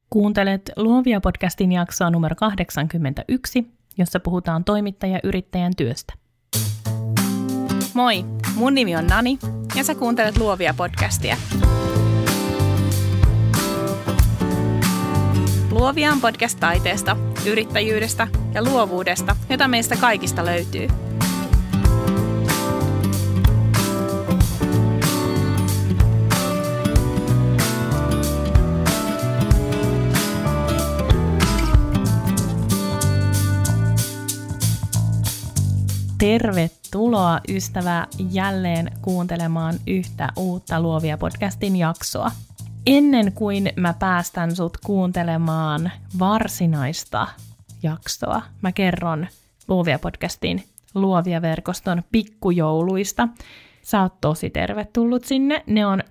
Kuuntelet Luovia podcastin jaksoa numero 81, jossa puhutaan toimittaja-yrittäjän työstä. Moi, mun nimi on Nani ja sä kuuntelet Luovia podcastia. Luovia on podcast taiteesta, yrittäjyydestä ja luovuudesta, jota meistä kaikista löytyy. Tervetuloa ystävä jälleen kuuntelemaan yhtä uutta Luovia podcastin jaksoa. Ennen kuin mä päästän sut kuuntelemaan varsinaista jaksoa, mä kerron Luovia podcastin Luovia-verkoston pikkujouluista. Sä oot tosi tervetullut sinne. Ne on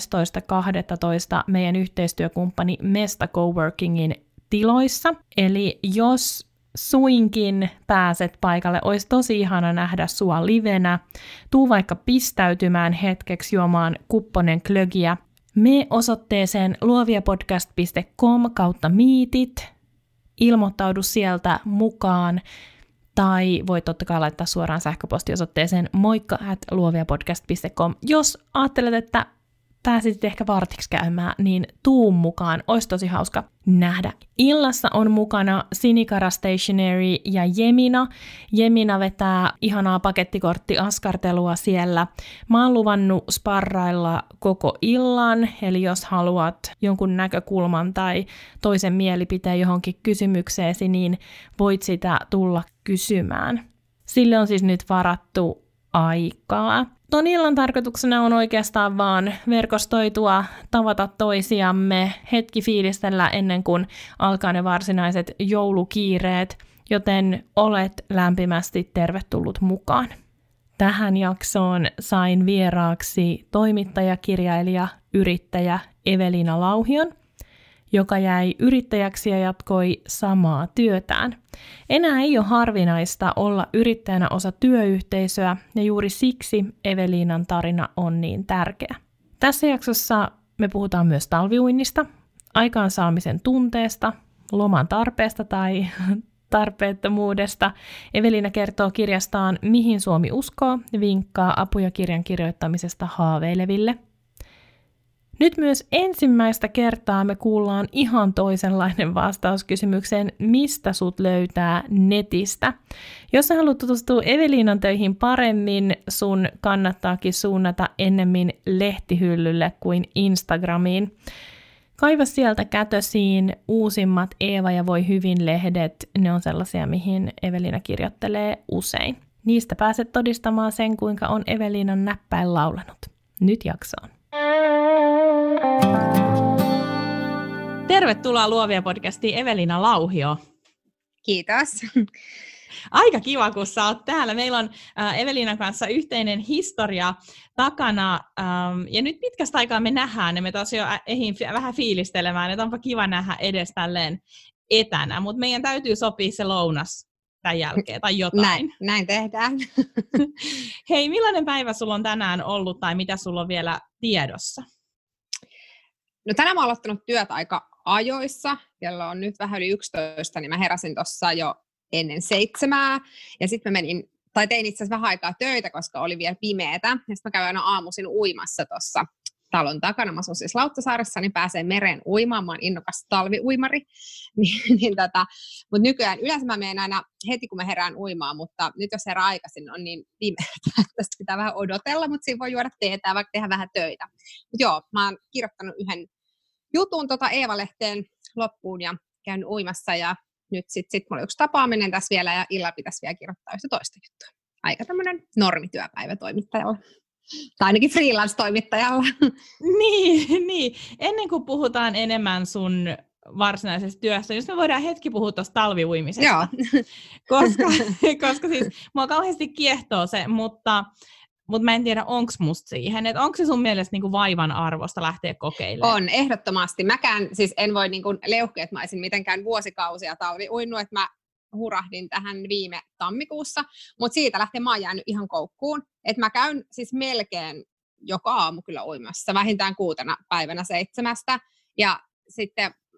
12.12. meidän yhteistyökumppani Mesta Coworkingin tiloissa. Eli jos suinkin pääset paikalle, olisi tosi ihana nähdä sua livenä. Tuu vaikka pistäytymään hetkeksi juomaan kupponen klögiä. Mene osoitteeseen luoviapodcast.com/meetit. Ilmoittaudu sieltä mukaan. Tai voit totta kai laittaa suoraan sähköpostiosoitteeseen moikka@luoviapodcast.com. Jos ajattelet, että pääsit ehkä vartiksi käymään, niin tuu mukaan. Olisi tosi hauska nähdä. Illassa on mukana Sinikara Stationery ja Jemina. Jemina vetää ihanaa pakettikorttiaskartelua siellä. Mä oon luvannut sparrailla koko illan, eli jos haluat jonkun näkökulman tai toisen mielipiteen johonkin kysymykseesi, niin voit sitä tulla kysymään. Sille on siis nyt varattu aikaa. Ton illan tarkoituksena on oikeastaan vaan verkostoitua, tavata toisiamme, hetki fiilistellä ennen kuin alkaa ne varsinaiset joulukiireet, joten olet lämpimästi tervetullut mukaan. Tähän jaksoon sain vieraaksi toimittaja, yrittäjä Evelina Lauhion, joka jäi yrittäjäksi ja jatkoi samaa työtään. Enää ei ole harvinaista olla yrittäjänä osa työyhteisöä, ja juuri siksi Evelinan tarina on niin tärkeä. Tässä jaksossa me puhutaan myös talviuinnista, aikaansaamisen tunteesta, loman tarpeesta tai tarpeettomuudesta. Evelina kertoo kirjastaan Mihin Suomi uskoo ja vinkkaa apuja kirjan kirjoittamisesta haaveileville. Nyt myös ensimmäistä kertaa me kuullaan ihan toisenlainen vastaus kysymykseen, mistä sut löytää netistä. Jos sä haluat tutustua Evelinan töihin paremmin, sun kannattaakin suunnata ennemmin lehtihyllylle kuin Instagramiin. Kaiva sieltä kätösiin uusimmat Eeva ja Voi hyvin -lehdet, ne on sellaisia, mihin Evelina kirjoittelee usein. Niistä pääset todistamaan sen, kuinka on Evelinan näppäin laulanut. Nyt jaksoon. Tervetuloa Luovia podcastiin Evelina Lauhio. Kiitos. Aika kiva, kun sä oot täällä. Meillä on Evelinan kanssa yhteinen historia takana. Ja nyt pitkästä aikaa me nähdään, ja me taas jo ehdin vähän fiilistelemään, että onpa kiva nähdä edes tälleen etänä. Mutta meidän täytyy sopia se lounas tämän jälkeen tai jotain. Näin tehdään. Hei, millainen päivä sulla on tänään ollut tai mitä sulla on vielä tiedossa? No tänään mä oon aloittanut työt aika ajoissa. Kello on nyt vähän yli 11, niin mä heräsin tuossa jo ennen 7. Ja sitten mä tein itse asiassa vähän aikaa töitä, koska oli vielä pimeätä. Ja sitten mä käyn aina aamuisin uimassa tuossa talon takana. Mä asun siis Lauttasaaressa, niin pääsee mereen uimaan. Mä oon innokas talviuimari. Mutta nykyään yleensä mä menen aina heti, kun mä herään uimaan, mutta nyt jos herää aikaisin, on niin pimeätä, että tästä pitää vähän odotella, mutta siinä voi juoda teetä ja vaikka tehdä vähän töitä. Mutta joo, mä oon kirjoittanut yhden jutun Eeva-lehteen loppuun ja käynyt uimassa, ja nyt sit mulla on yksi tapaaminen tässä vielä, ja illalla pitäisi vielä kirjoittaa yhtä toista juttua. Aika tämmöinen normityöpäivä toimittajalla. Tai ainakin freelance-toimittajalla. Niin. Ennen kuin puhutaan enemmän sun varsinaisesta työstä, jos me voidaan hetki puhua tuosta talviuimisesta. Joo. koska siis mua kauheasti kiehtoo se, mutta mä en tiedä, onko musta siihen. Että onko se sun mielestä niinku vaivan arvosta lähteä kokeilemaan? On, ehdottomasti. Mäkään siis en voi niinku leuhkia, että mä olisin mitenkään vuosikausia talviuinnut, että mä hurahdin tähän viime tammikuussa, mutta siitä lähtien mä oon jäänyt ihan koukkuun. Että mä käyn siis melkein joka aamu kyllä uimassa, vähintään 6 päivänä 7. Ja sitten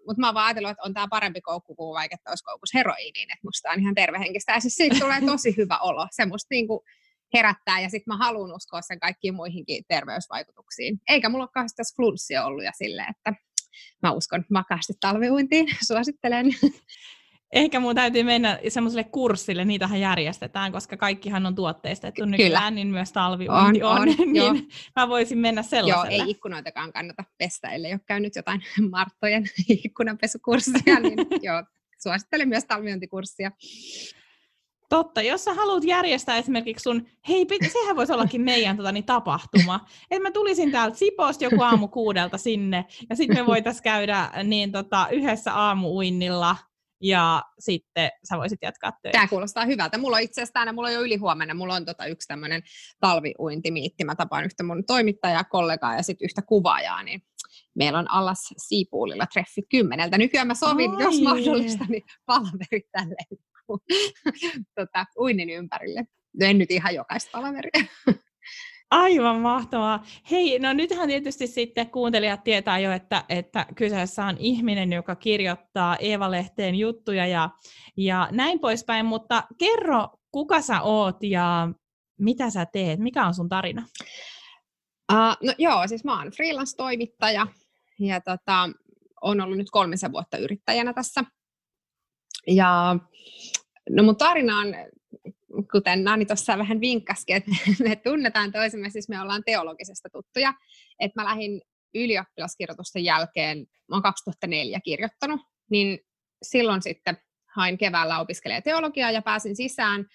mutta mä oon vaan ajatellut, että on tää parempi koukku kuin vaikka, että olisi koukussa heroiiniin, että musta on ihan tervehenkistä. Ja siis siitä tulee tosi hyvä olo. Se musta niinku herättää ja sitten mä haluan uskoa sen kaikkiin muihinkin terveysvaikutuksiin. Eikä mulla ole kauheasti tässä flunssia ollut ja silleen, että mä uskon vakaasti talviuintiin. Suosittelen. Ehkä mun täytyy mennä semmoiselle kurssille, niitähän järjestetään, koska kaikkihan on tuotteistettu nykyään, niin myös talviuinti on niin mä voisin mennä sellaiselle. Joo, ei ikkunoitakaan kannata pestä, ellei ole käynyt jotain Marttojen ikkunanpesukurssia, niin joo, suosittelen myös talviuintikurssia. Totta, jos sä haluat järjestää esimerkiksi sun, sehän voisi ollakin meidän tapahtuma, että mä tulisin täältä Sipoosta joku aamu 6 sinne, ja sitten me voitaisiin käydä yhdessä aamuuinnilla, ja sitten sä voisit jatkaa töitä. Tämä kuulostaa hyvältä. Mulla on itse asiassa mulla on jo ylihuomenna, mulla on yksi tämmöinen talviuintimiitti. Mä tapaan yhtä mun toimittajaa, kollegaa ja sitten yhtä kuvaajaa, niin meillä on Allas Seapoolilla treffi 10. Nykyään mä sovin, jos mahdollista, niin palaverit tälleen uinnin ympärille. En nyt ihan jokaista palaveria. Aivan mahtavaa. Hei, no nythän tietysti sitten kuuntelijat tietää jo, että kyseessä on ihminen, joka kirjoittaa Eeva-lehteen juttuja ja näin poispäin, mutta kerro, kuka sä oot ja mitä sä teet? Mikä on sun tarina? No joo, siis mä oon freelance-toimittaja ja oon ollut nyt 3 vuotta yrittäjänä tässä. Ja no mun tarina on, kuten Nani tuossa vähän vinkkasikin, että me tunnetaan toisemme, siis me ollaan teologisesta tuttuja. Että mä lähdin ylioppilaskirjoitusten jälkeen, mä oon 2004 kirjoittanut, niin silloin sitten hain keväällä opiskelemaan teologiaa ja pääsin sisään.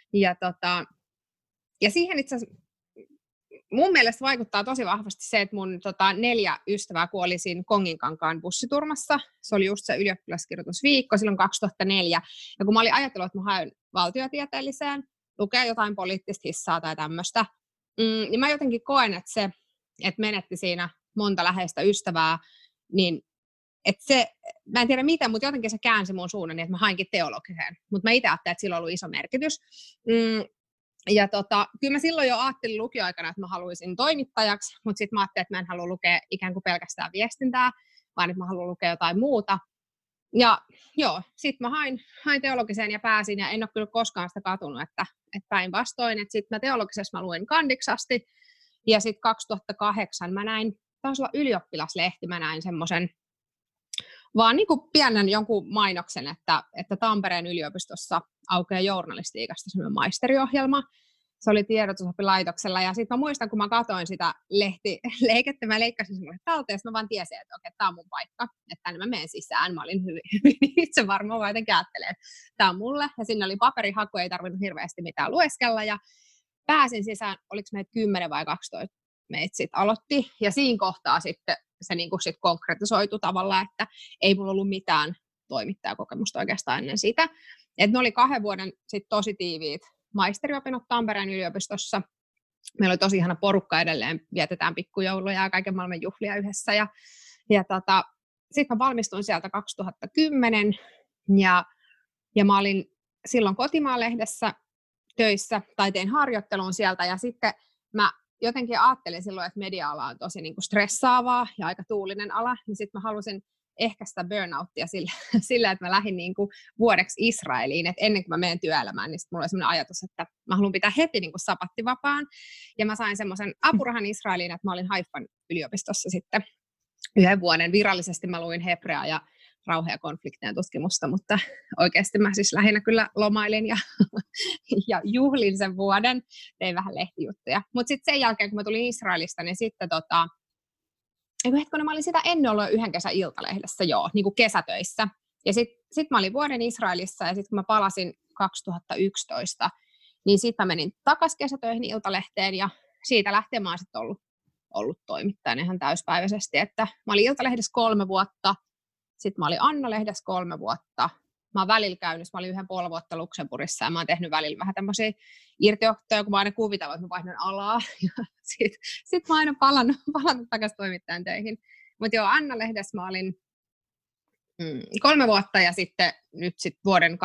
Ja siihen itse asiassa mun mielestä vaikuttaa tosi vahvasti se, että mun 4 ystävää kuoli siinä Konginkankaan bussiturmassa. Se oli just se ylioppilaskirjoitusviikko silloin 2004. Ja kun mä olin ajatellut, että mä haen valtiotieteelliseen, lukee jotain poliittista hissaa tai tämmöistä, niin mä jotenkin koen, että se, että menetti siinä monta läheistä ystävää, niin että se, mä en tiedä miten, mutta jotenkin se käänsi mun suunnan, niin että mä hainkin teologiseen. Mutta mä itse ajattelin, että sillä on ollut iso merkitys. Ja kyllä mä silloin jo ajattelin lukioaikana, että mä haluaisin toimittajaksi, mutta sitten mä ajattelin, että mä en halua lukea ikään kuin pelkästään viestintää, vaan että mä haluan lukea jotain muuta. Ja joo, sitten mä hain teologiseen ja pääsin, ja en ole kyllä koskaan sitä katunut, että päinvastoin. Että sitten mä teologisessa mä luin kandiksasti, ja sitten 2008 mä näin, taisi olla ylioppilaslehti, mä näin semmoisen, vaan niin kuin pienen jonkun mainoksen, että Tampereen yliopistossa aukeaa journalistiikasta semmoinen maisteriohjelma. Se oli tiedotusoppilaitoksella, ja sitten mä muistan, kun mä katsoin sitä leikettä, mä leikkasin semmoinen talteen, ja mä vaan tiesin, että okei, tää on mun paikka, että tänne mä menen sisään. Mä olin hyvin itse varmaan, vaan jotenkin ajattelen, että tää on mulle, ja sinne oli paperihaku, ei tarvinnut hirveästi mitään lueskella, ja pääsin sisään, oliko meitä 10 vai 12 meitä sitten aloitti, ja siinä kohtaa sitten se niin kuin sit konkretisoitu tavallaan, että ei mulla ollut mitään toimittajakokemusta oikeastaan ennen sitä. Et ne oli 2 vuoden sit tosi tiiviit maisteriopinnot Tampereen yliopistossa. Meillä oli tosi ihana porukka edelleen, vietetään pikkujouluja ja kaiken maailman juhlia yhdessä. Sitten mä valmistuin sieltä 2010 ja mä olin silloin Kotimaa-lehdessä töissä tai tein harjoittelun sieltä ja sitten mä jotenkin ajattelin silloin, että media-ala on tosi niin kuin stressaavaa ja aika tuulinen ala, niin sitten mä halusin ehkäistä burnouttia sillä, että mä lähdin niin kuin vuodeksi Israeliin, että ennen kuin mä menen työelämään, niin mulla oli sellainen ajatus, että mä haluan pitää heti niin kuin sapattivapaan, ja mä sain semmoisen apurahan Israeliin, että mä olin Haifan yliopistossa sitten 1 vuoden. Virallisesti mä luin hebreaa ja rauha- ja konfliktien tutkimusta, mutta oikeasti mä siis lähinnä kyllä lomailin ja juhlin sen vuoden, tein vähän lehtijuttuja. Mutta sitten sen jälkeen, kun mä tulin Israelista, niin sitten mä olin sitä ennen ollut 1 kesän Iltalehdessä niin kuin kesätöissä. Ja sitten mä olin vuoden Israelissa, ja sitten kun mä palasin 2011, niin sitten mä menin takaisin kesätöihin Iltalehteen, ja siitä lähtien mä oon sitten ollut toimittajana ihan täyspäiväisesti. Että mä olin Iltalehdessä 3 vuotta, sitten mä olin Anna-lehdessä 3 vuotta. Mä oon välillä käynyt, mä olin 1,5 vuotta Luxemburgissa, ja mä oon tehnyt välillä vähän tämmöisiä irtiottoja, kun mä oon aina kuvitellut, että mä vaihdan alaa. Sitten mä oon aina palannut takaisin toimittajan töihin. Mutta joo, Anna-lehdessä mä olin 3 vuotta, ja sitten nyt vuoden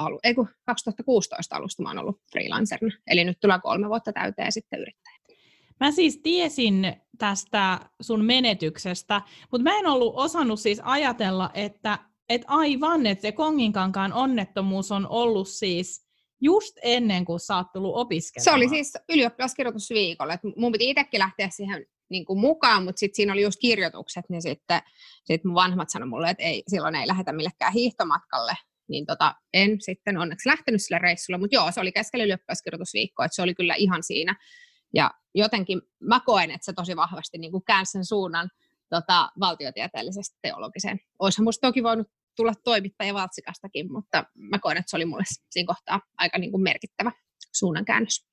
2016 alusta mä oon ollut freelancerina. Eli nyt tulee 3 vuotta täyteen sitten yrittäjä. Mä siis tiesin tästä sun menetyksestä, mutta mä en ollut osannut siis ajatella, että aivan, että se Konginkankaan onnettomuus on ollut siis just ennen kuin sä oot tullut opiskelemaan. Se oli siis ylioppilaskirjoitusviikolla. Mun piti itsekin lähteä siihen niin kuin mukaan, mutta sitten siinä oli just kirjoitukset, niin sitten mun vanhemmat sanoi mulle, että silloin ei lähdetä millekään hiihtomatkalle. Niin en sitten onneksi lähtenyt sille reissulle, mutta joo, se oli keskellä ylioppilaskirjoitusviikkoa, että se oli kyllä ihan siinä. Ja jotenkin mä koen, että se tosi vahvasti niin kuin käänsi sen suunnan valtiotieteellisestä teologiseen. Oishan musta toki voinut tulla toimittaja Valtsikastakin, mutta mä koen, että se oli mulle siinä kohtaa aika niin kuin merkittävä suunnankäännös.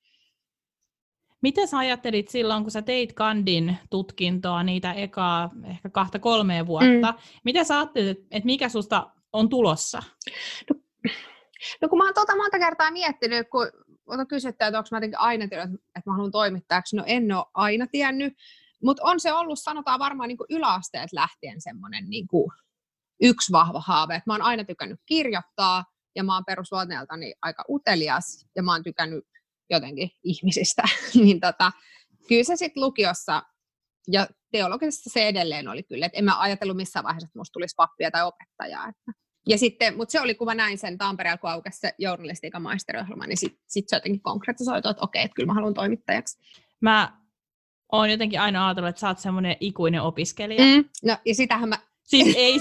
Mitä sä ajattelit silloin, kun sä teit kandin tutkintoa, niitä ekaa ehkä 2-3 vuotta? Mitä sä ajattelit, että mikä susta on tulossa? No kun mä oon monta kertaa miettinyt, kun on kysytty, että onko mä jotenkin aina tiennyt, että mä haluan toimittajaksi. No en ole aina tiennyt, mutta on se ollut, sanotaan varmaan niin kuin yläasteet lähtien semmoinen niin kuin yksi vahva haave. Että mä oon aina tykännyt kirjoittaa ja mä oon perusluonteeltani aika utelias ja mä oon tykännyt jotenkin ihmisistä. Niin kyllä se sitten lukiossa ja teologisessa se edelleen oli kyllä, että en mä ajatellut missään vaiheessa, että musta tulisi pappia tai opettajaa. Ja sitten, mutta se oli, kun mä näin sen Tampereella, kun aukesi se journalistiikan maisteriohjelma, niin sit se jotenkin konkretisoitu, että okei, että kyllä mä haluan toimittajaksi. Mä oon jotenkin aina ajatellut, että sä oot semmoinen ikuinen opiskelija. No, ja sitähän mä... Siis ei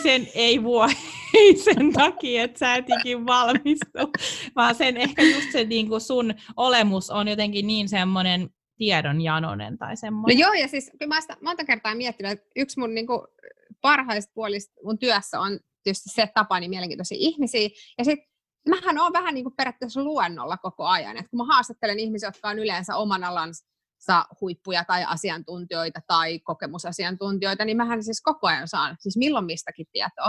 sen takia, että sä et ikin valmistu, vaan sen ehkä just se niin kuin sun olemus on jotenkin niin semmoinen tiedonjanoinen tai semmoinen. No joo, ja siis kyllä mä sitä monta kertaa miettinyt, että yksi mun niin kuin parhaista puolista mun työssä on tietysti se, että tapaani mielenkiintoisia ihmisiä. Ja sitten mähän oon vähän niin kuin periaatteessa luennolla koko ajan. Et kun mä haastattelen ihmisiä, jotka on yleensä oman alansa huippuja tai asiantuntijoita tai kokemusasiantuntijoita, niin mähän siis koko ajan saan siis milloin mistäkin tietoa.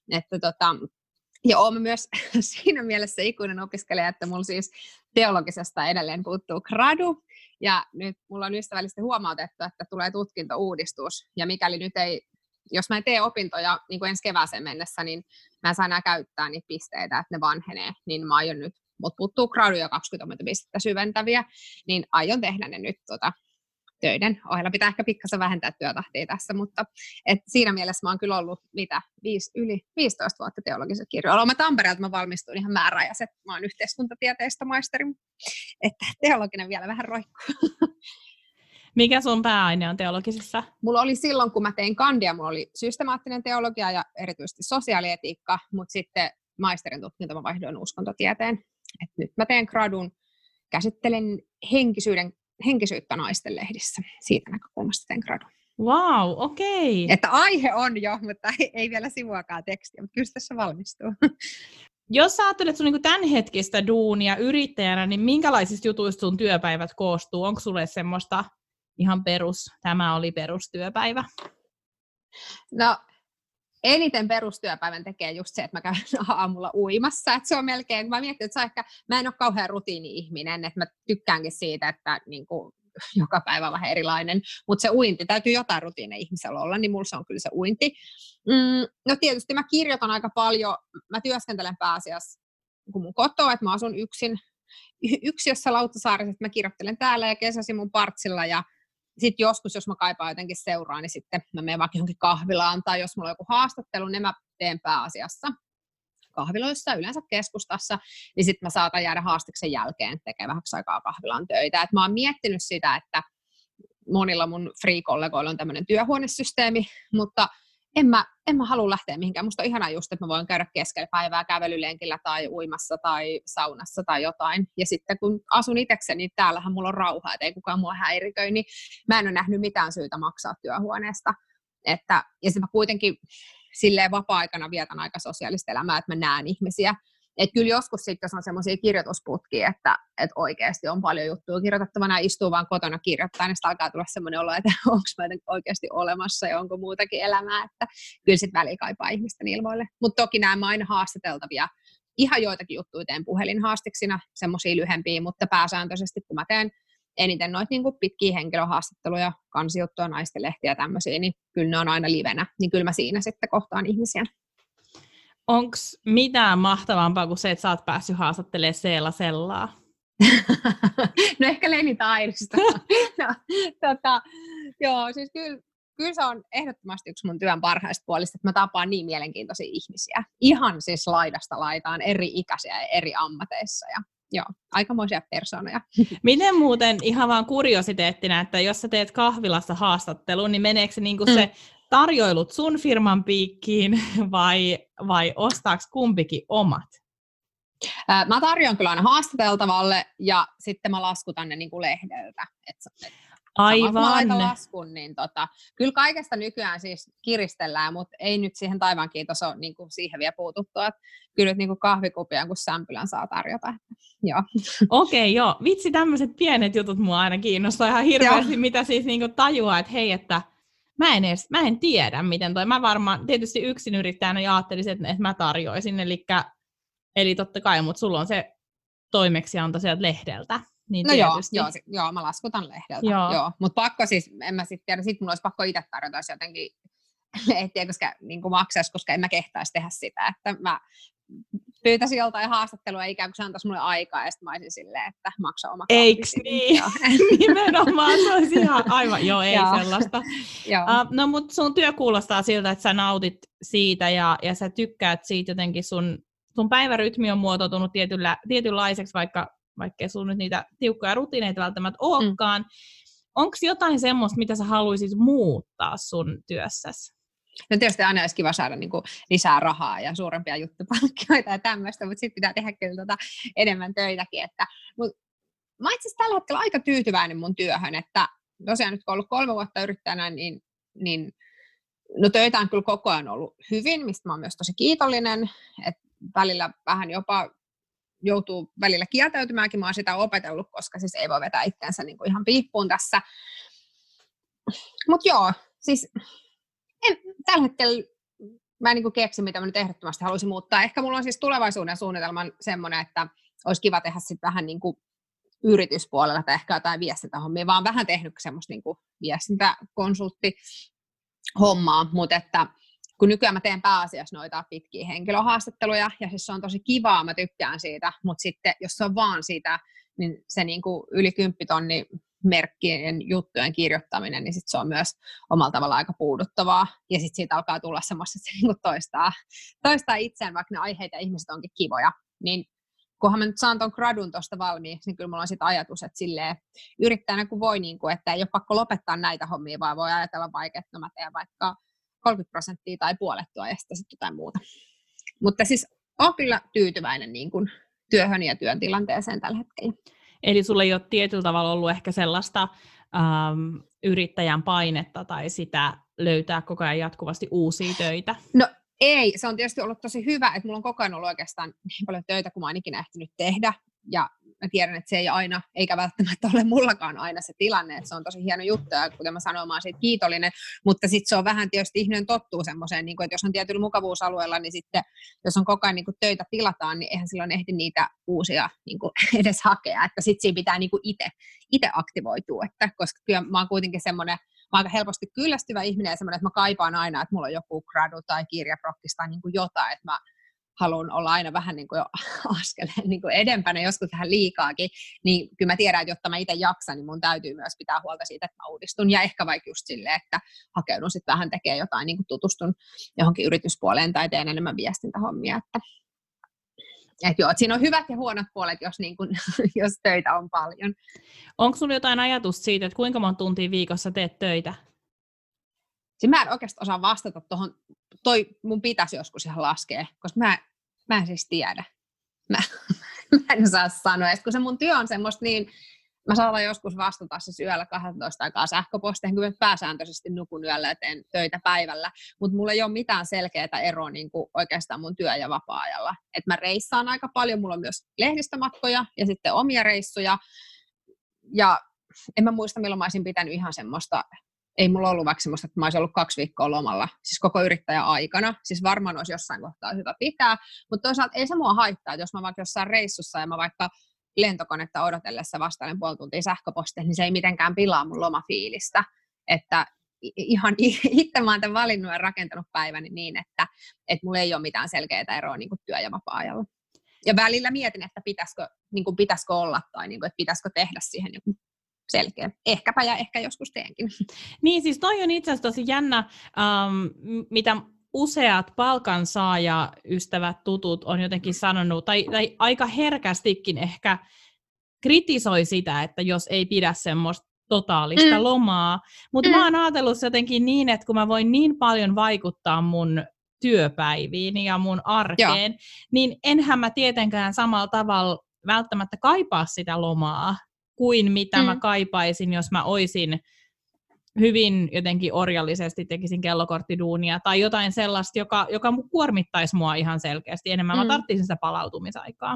Ja oon myös siinä mielessä ikuinen opiskelija, että mulla siis teologisesta edelleen puuttuu gradu. Ja nyt mulla on ystävällisesti huomautettu, että tulee tutkintouudistus. Ja mikäli nyt jos mä en tee opintoja niin kuin ensi kevääseen mennessä, niin mä en saa enää käyttää niitä pisteitä, että ne vanhenee. Niin mä aion nyt, mut puuttuu graduja 20 pistettä syventäviä, niin aion tehdä ne nyt töiden ohella. Pitää ehkä pikkasen vähentää työtahtia tässä, mutta siinä mielessä mä oon kyllä ollut yli 15 vuotta teologisessa kirjoilla. Mä Tampereelta mä valmistuin ihan määräajaset. Mä oon yhteiskuntatieteestä maisteri, että teologinen vielä vähän roikkuu. Mikä sun pääaine on teologisessa? Mulla oli silloin, kun mä tein kandia, mulla oli systemaattinen teologia ja erityisesti sosiaalietiikka, mutta sitten maisterin tutkinto mä vaihdoin uskontotieteen. Et nyt mä teen gradun, käsittelen henkisyyttä naisten lehdissä. Siitä näkökulmasta teen gradun. Wow, okei. Että aihe on jo, mutta ei vielä sivuakaan tekstiä, mutta kyllä tässä valmistuu. Jos sä ajattelet sun niin tämänhetkistä duunia yrittäjänä, niin minkälaisista jutuista sun työpäivät koostuu? Onko sulle semmoista ihan tämä oli perustyöpäivä? No, eniten perustyöpäivän tekee just se, että mä käyn aamulla uimassa. Että se on melkein, kun mä mietin, että mä en ole kauhean rutiini-ihminen, että mä tykkäänkin siitä, että niin kuin, joka päivä on vähän erilainen. Mutta se uinti, täytyy jotain rutiineja ihmisellä olla, niin mulla se on kyllä se uinti. No tietysti mä kirjoitan aika paljon. Mä työskentelen pääasiassa mun kotoa, että mä asun yksiössä Lauttasaaressa, että mä kirjoittelen täällä ja kesäsi mun partsilla ja sitten joskus, jos mä kaipaan jotenkin seuraa, niin sitten mä menen vaikka johonkin kahvilaan tai jos mulla on joku haastattelu, niin mä teen pääasiassa kahviloissa, yleensä keskustassa, niin sitten mä saatan jäädä haastiksen jälkeen tekemään vähäksi aikaa kahvilaan töitä. Et mä oon miettinyt sitä, että monilla mun free-kollegoilla on tämmöinen työhuonesysteemi, mutta en mä halua lähteä mihinkään. Musta on ihanaa just, että mä voin käydä keskellä päivää kävelylenkillä tai uimassa tai saunassa tai jotain. Ja sitten kun asun itsekseni, niin täällähän mulla on rauha, että ei kukaan mua häiriköi, niin mä en ole nähnyt mitään syytä maksaa työhuoneesta. Ja sitten mä kuitenkin silleen vapaa-aikana vietän aika sosiaalista elämää, että mä näen ihmisiä. Että kyllä joskus sitten, jos on semmoisia kirjoitusputkia, että oikeasti on paljon juttuja kirjoitettavana ja istuu vaan kotona kirjoittaa, niin sitten alkaa tulla semmoinen olo, että onko mä oikeasti olemassa ja onko muutakin elämää, että kyllä sitten väliin kaipaa ihmisten ilmoille. Mutta toki nämä aina haastateltavia, ihan joitakin juttuja teen puhelinhaastiksina, semmoisia lyhempiä, mutta pääsääntöisesti kun mä teen eniten noita niin kuin pitkiä henkilöhaastatteluja, kansijuttuja, naistenlehtiä ja tämmöisiä, niin kyllä ne on aina livenä, niin kyllä mä siinä sitten kohtaan ihmisiä. Onko mitään mahtavampaa kuin se, että sä oot päässyt haastattelemaan Seela Sellaa? No ehkä Leni Tairista. Joo, siis kyllä se on ehdottomasti yksi mun työn parhaista puolista, että mä tapaan niin mielenkiintoisia ihmisiä. Ihan siis laidasta laitaan, eri ikäisiä ja eri ammateissa. Ja joo, aikamoisia persoonia. Miten muuten, ihan vaan kuriositeettina, että jos sä teet kahvilassa haastattelun, niin meneekö se, niinku se tarjoilut sun firman piikkiin vai ostaako kumpikin omat? Mä tarjoan kyllä aina haastateltavalle ja sitten mä laskutan ne niin kuin lehdeltä. Aivan. Kun mä laitan laskun, niin kyllä kaikesta nykyään siis kiristellään, mutta ei nyt siihen taivaan kiitos ole niin kuin siihen vielä puututtu. Kyllä nyt niin kuin kahvikupia kun sämpylän saa tarjota. Okei, joo. Vitsi, tämmöiset pienet jutut mua aina kiinnostaa ihan hirveästi, mitä siis niin kuin tajuaa, että hei, että mä en tiedä, miten toi. Mä varmaan tietysti yksin yrittäjänä ajattelisin, että mä tarjoisin, eli totta kai, mutta sulla on se toimeksianto sieltä lehdeltä. Niin no joo, mä laskutan lehdeltä. Joo. Mutta pakko siis, en mä sitten tiedä, mulla olisi pakko itse tarjota, jos jotenkin ehtiä, koska niin maksaisi, koska en mä kehtaisi tehdä sitä, että mä pyytäisin joltain haastattelua ikään kuin se antaisi mulle aikaa, ja sitten mä olisin silleen, että maksa oma kahvi. Eiks niin? Nimenomaan, se olisi ihan aivan, joo, ei sellaista. No, mutta sun työ kuulostaa siltä, että sä nautit siitä, ja sä tykkäät siitä jotenkin, sun päivärytmi on muotoutunut tietynlaiseksi, vaikkei sun nyt niitä tiukkoja rutiineita välttämättä olekaan. Onko jotain semmoista, mitä sä haluaisit muuttaa sun työssäsi? No tietysti aina olisi kiva saada niinku lisää rahaa ja suurempia juttupalkkioita ja tämmöistä, mutta sitten pitää tehdä kyllä enemmän töitäkin. Mä itse asiassa tällä hetkellä aika tyytyväinen mun työhön, että tosiaan nyt kun olen ollut 3 vuotta yrittäjänä, niin no töitä on kyllä koko ajan ollut hyvin, mistä mä oon myös tosi kiitollinen, että välillä vähän jopa joutuu välillä kieltäytymäänkin, mä oon sitä opetellut, koska siis ei voi vetää itseänsä niin kuin ihan piippuun tässä. Mutta joo, siis tällä hetkellä mä en niin kuin keksi, mitä mä nyt ehdottomasti haluaisin muuttaa. Ehkä mulla on siis tulevaisuuden suunnitelman semmoinen, että olisi kiva tehdä sitten vähän niin kuin yrityspuolella tai ehkä jotain viestintähommia, vaan vähän tehnyt semmoista niin kuin viestintäkonsulttihommaa, mutta että kun nykyään mä teen pääasiassa noita pitkiä henkilöhaastatteluja, ja siis se on tosi kivaa, mä tykkään siitä, mutta sitten jos se on vaan sitä, niin se niin kuin yli 10 000 merkkien juttujen kirjoittaminen, niin sitten se on myös omalla tavalla aika puuduttavaa, ja sitten siitä alkaa tulla semmoista, että se niin kuin toistaa itseään, vaikka ne aiheet ja ihmiset onkin kivoja, niin kunhan mä nyt saan ton gradun tuosta valmiiksi, niin kyllä mulla on sitten ajatus, että silleen yrittäjänä kun voi, niin kuin, että ei ole pakko lopettaa näitä hommia, vaan voi ajatella vaikka, että mä teen vaikka 30% tai puolet ajasta sitten jotain muuta. Mutta siis olen kyllä tyytyväinen niin kuin työhön ja työn tilanteeseen tällä hetkellä. Eli sulla ei ole tietyllä tavalla ollut ehkä sellaista yrittäjän painetta tai sitä löytää koko ajan jatkuvasti uusia töitä? No ei, se on tietysti ollut tosi hyvä, että mulla on koko ajan ollut oikeastaan niin paljon töitä, kuin mä oon ikinä ehtinyt tehdä. Ja mä tiedän, että se ei aina, eikä välttämättä ole mullakaan aina se tilanne, että se on tosi hieno juttu, ja kuten mä sanoin, mä oon siitä kiitollinen, mutta sitten se on vähän tietysti ihminen tottuu semmoiseen, niin että jos on tietyllä mukavuusalueella, niin sitten jos on koko ajan niin töitä tilataan, niin eihän silloin ehdi niitä uusia niin edes hakea, että sitten siinä pitää niin itse aktivoitua, että koska kyllä mä oon kuitenkin semmoinen, mä oon aika helposti kyllästyvä ihminen ja semmoinen, että mä kaipaan aina, että mulla on joku gradu tai kirjaprokkis tai niin jotain, että mä haluan olla aina vähän niin kuin jo askeleen niin kuin edempänä, joskus vähän liikaakin, niin kyllä mä tiedän, että jotta mä itse jaksan, niin mun täytyy myös pitää huolta siitä, että mä uudistun, ja ehkä vaikka just silleen, että hakeudun sitten vähän tekemään jotain, niin kuin tutustun johonkin yrityspuoleen tai teen enemmän viestintähommia, että joo, että siinä on hyvät ja huonot puolet, jos, niin kuin, jos töitä on paljon. Onko sulla jotain ajatusta siitä, että kuinka monta tuntia viikossa teet töitä? Mä en oikeastaan osaa vastata tuohon, mun pitäisi joskus ihan laskea, koska mä en siis tiedä. Mä en osaa sanoa, ja kun se mun työ on semmoista, niin mä saatan joskus vastata siis yöllä 12 aikaa sähköpostiin, kun mä pääsääntöisesti nukun yöllä ja teen töitä päivällä, mutta mulla ei ole mitään selkeää eroa niin kuin oikeastaan mun työ- ja vapaa-ajalla. Et mä reissaan aika paljon, mulla on myös lehdistömatkoja ja sitten omia reissuja, ja en mä muista, milloin mä olisin pitänyt ihan semmoista. Ei mulla ollut vaikka semmoista, että mä olisin ollut 2 viikkoa lomalla, siis koko yrittäjän aikana. Siis varmaan olisi jossain kohtaa hyvä pitää, mutta toisaalta ei se mua haittaa, että jos mä vaikka jossain reissussa ja mä vaikka lentokonetta odotellessa vastailen puoli tuntia sähköpostia, niin se ei mitenkään pilaa mun lomafiilistä. Että ihan itse mä oon tämän valinnut ja rakentanut päiväni niin, että mulla ei ole mitään selkeää eroa niin kuin työ- ja vapaa-ajalla. Ja välillä mietin, että pitäisikö olla tai niin kuin, että pitäisikö tehdä siihen joku selkeä. Ehkäpä ja ehkä joskus teenkin. Niin, siis toi on itse asiassa tosi jännä, mitä useat palkansaajaystävät, tutut on jotenkin sanonut, tai aika herkästikin ehkä kritisoi sitä, että jos ei pidä semmoista totaalista lomaa. Mutta mä oon ajatellut jotenkin niin, että kun mä voin niin paljon vaikuttaa mun työpäiviin ja mun arkeen, niin enhän mä tietenkään samalla tavalla välttämättä kaipaa sitä lomaa kuin mitä mä kaipaisin, jos mä oisin hyvin jotenkin orjallisesti tekisin kellokorttiduunia tai jotain sellaista, joka kuormittaisi mua ihan selkeästi enemmän. Mä tarvitsin sitä palautumisaikaa.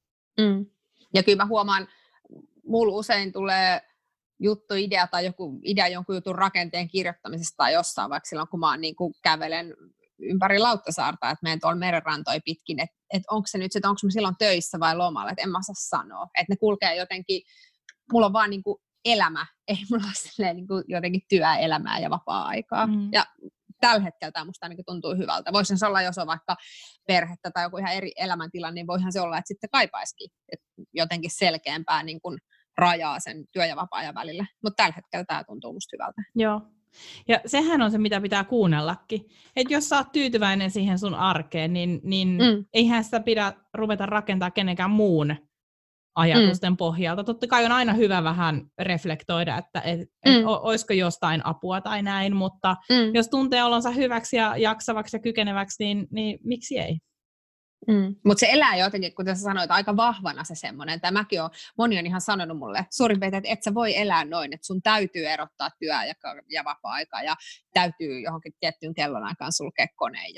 Ja kyllä mä huomaan, mulla usein tulee juttuidea tai joku idea jonkun jutun rakenteen kirjoittamisesta tai jossain, vaikka silloin kun mä niin kuin kävelen ympäri Lauttasaarta, että menen tuolla merenrantoja pitkin, että onko se nyt, että onko mä silloin töissä vai lomalla, että en mä saa sanoa. Että ne kulkee jotenkin, mulla on vaan niin kuin elämä, ei mulla ole niin kuin jotenkin työelämää ja vapaa-aikaa. Ja tällä hetkellä tämä musta ainakin tuntuu hyvältä. Voisihan se olla, jos on vaikka perhettä tai joku ihan eri elämäntilanne, niin voihan se olla, että sitten kaipaisikin jotenkin selkeämpää niin kuin rajaa sen työ- ja vapaa-ajan välillä. Mutta tällä hetkellä tämä tuntuu musta hyvältä. Joo. Ja sehän on se, mitä pitää kuunnellakin. Että jos sä oot tyytyväinen siihen sun arkeen, niin eihän sitä pidä ruveta rakentaa kenenkään muun ajatusten pohjalta. Totta kai on aina hyvä vähän reflektoida, että olisiko jostain apua tai näin, mutta jos tuntee olonsa hyväksi ja jaksavaksi ja kykeneväksi, niin miksi ei? Mutta se elää jotenkin, kuten sä sanoit, aika vahvana se semmoinen. Moni on ihan sanonut mulle suurin piirtein, että et sä voi elää noin, että sun täytyy erottaa työ- ja vapaa-aikaa ja täytyy johonkin tiettyyn kellonaikaan sulkea koneen.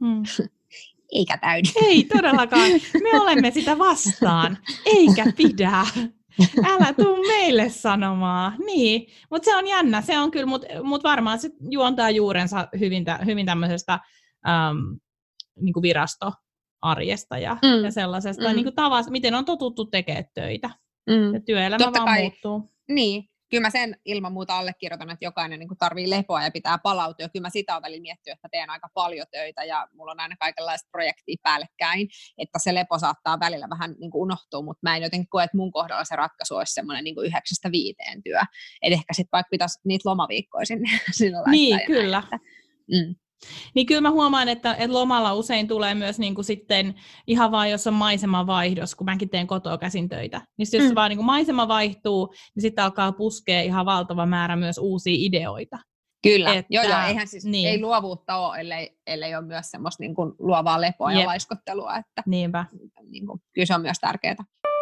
Eikä täydy. Ei todellakaan. Me olemme sitä vastaan. Eikä pidä. Älä tuu meille sanomaan. Niin, mutta se on jännä. Se on kyllä, mut varmaan se juontaa juurensa hyvin tämmöisestä niin kuin virastoarjesta ja sellaisesta niin kuin tavasta, miten on totuttu tekemään töitä. Ja työelämä totta vaan muuttuu. Niin. Kyllä mä sen ilman muuta allekirjoitan, että jokainen niin tarvii lepoa ja pitää palautua. Kyllä mä sitä olen välillä miettinyt, että teen aika paljon töitä ja mulla on aina kaikenlaista projektia päällekkäin, että se lepo saattaa välillä vähän niin unohtua, mutta mä en jotenkin koe, että mun kohdalla se ratkaisu olisi semmoinen niin 9-5 työ. Et ehkä sitten vaikka pitäisi niitä lomaviikkoja sinne laittaa. Niin, kyllä. Niin kyllä mä huomaan, että lomalla usein tulee myös niin kuin sitten ihan vaan, jos on maisemavaihdos, kun mäkin teen kotoa käsin töitä. Niin jos se vaan niin kuin maisema vaihtuu, niin sitten alkaa puskea ihan valtava määrä myös uusia ideoita. Kyllä, joo, eihän siis ei luovuutta ole, ellei ole myös semmoista niin kuin luovaa lepoa ja laiskottelua. Että, niinpä. Niin kuin, kyllä se on myös tärkeää.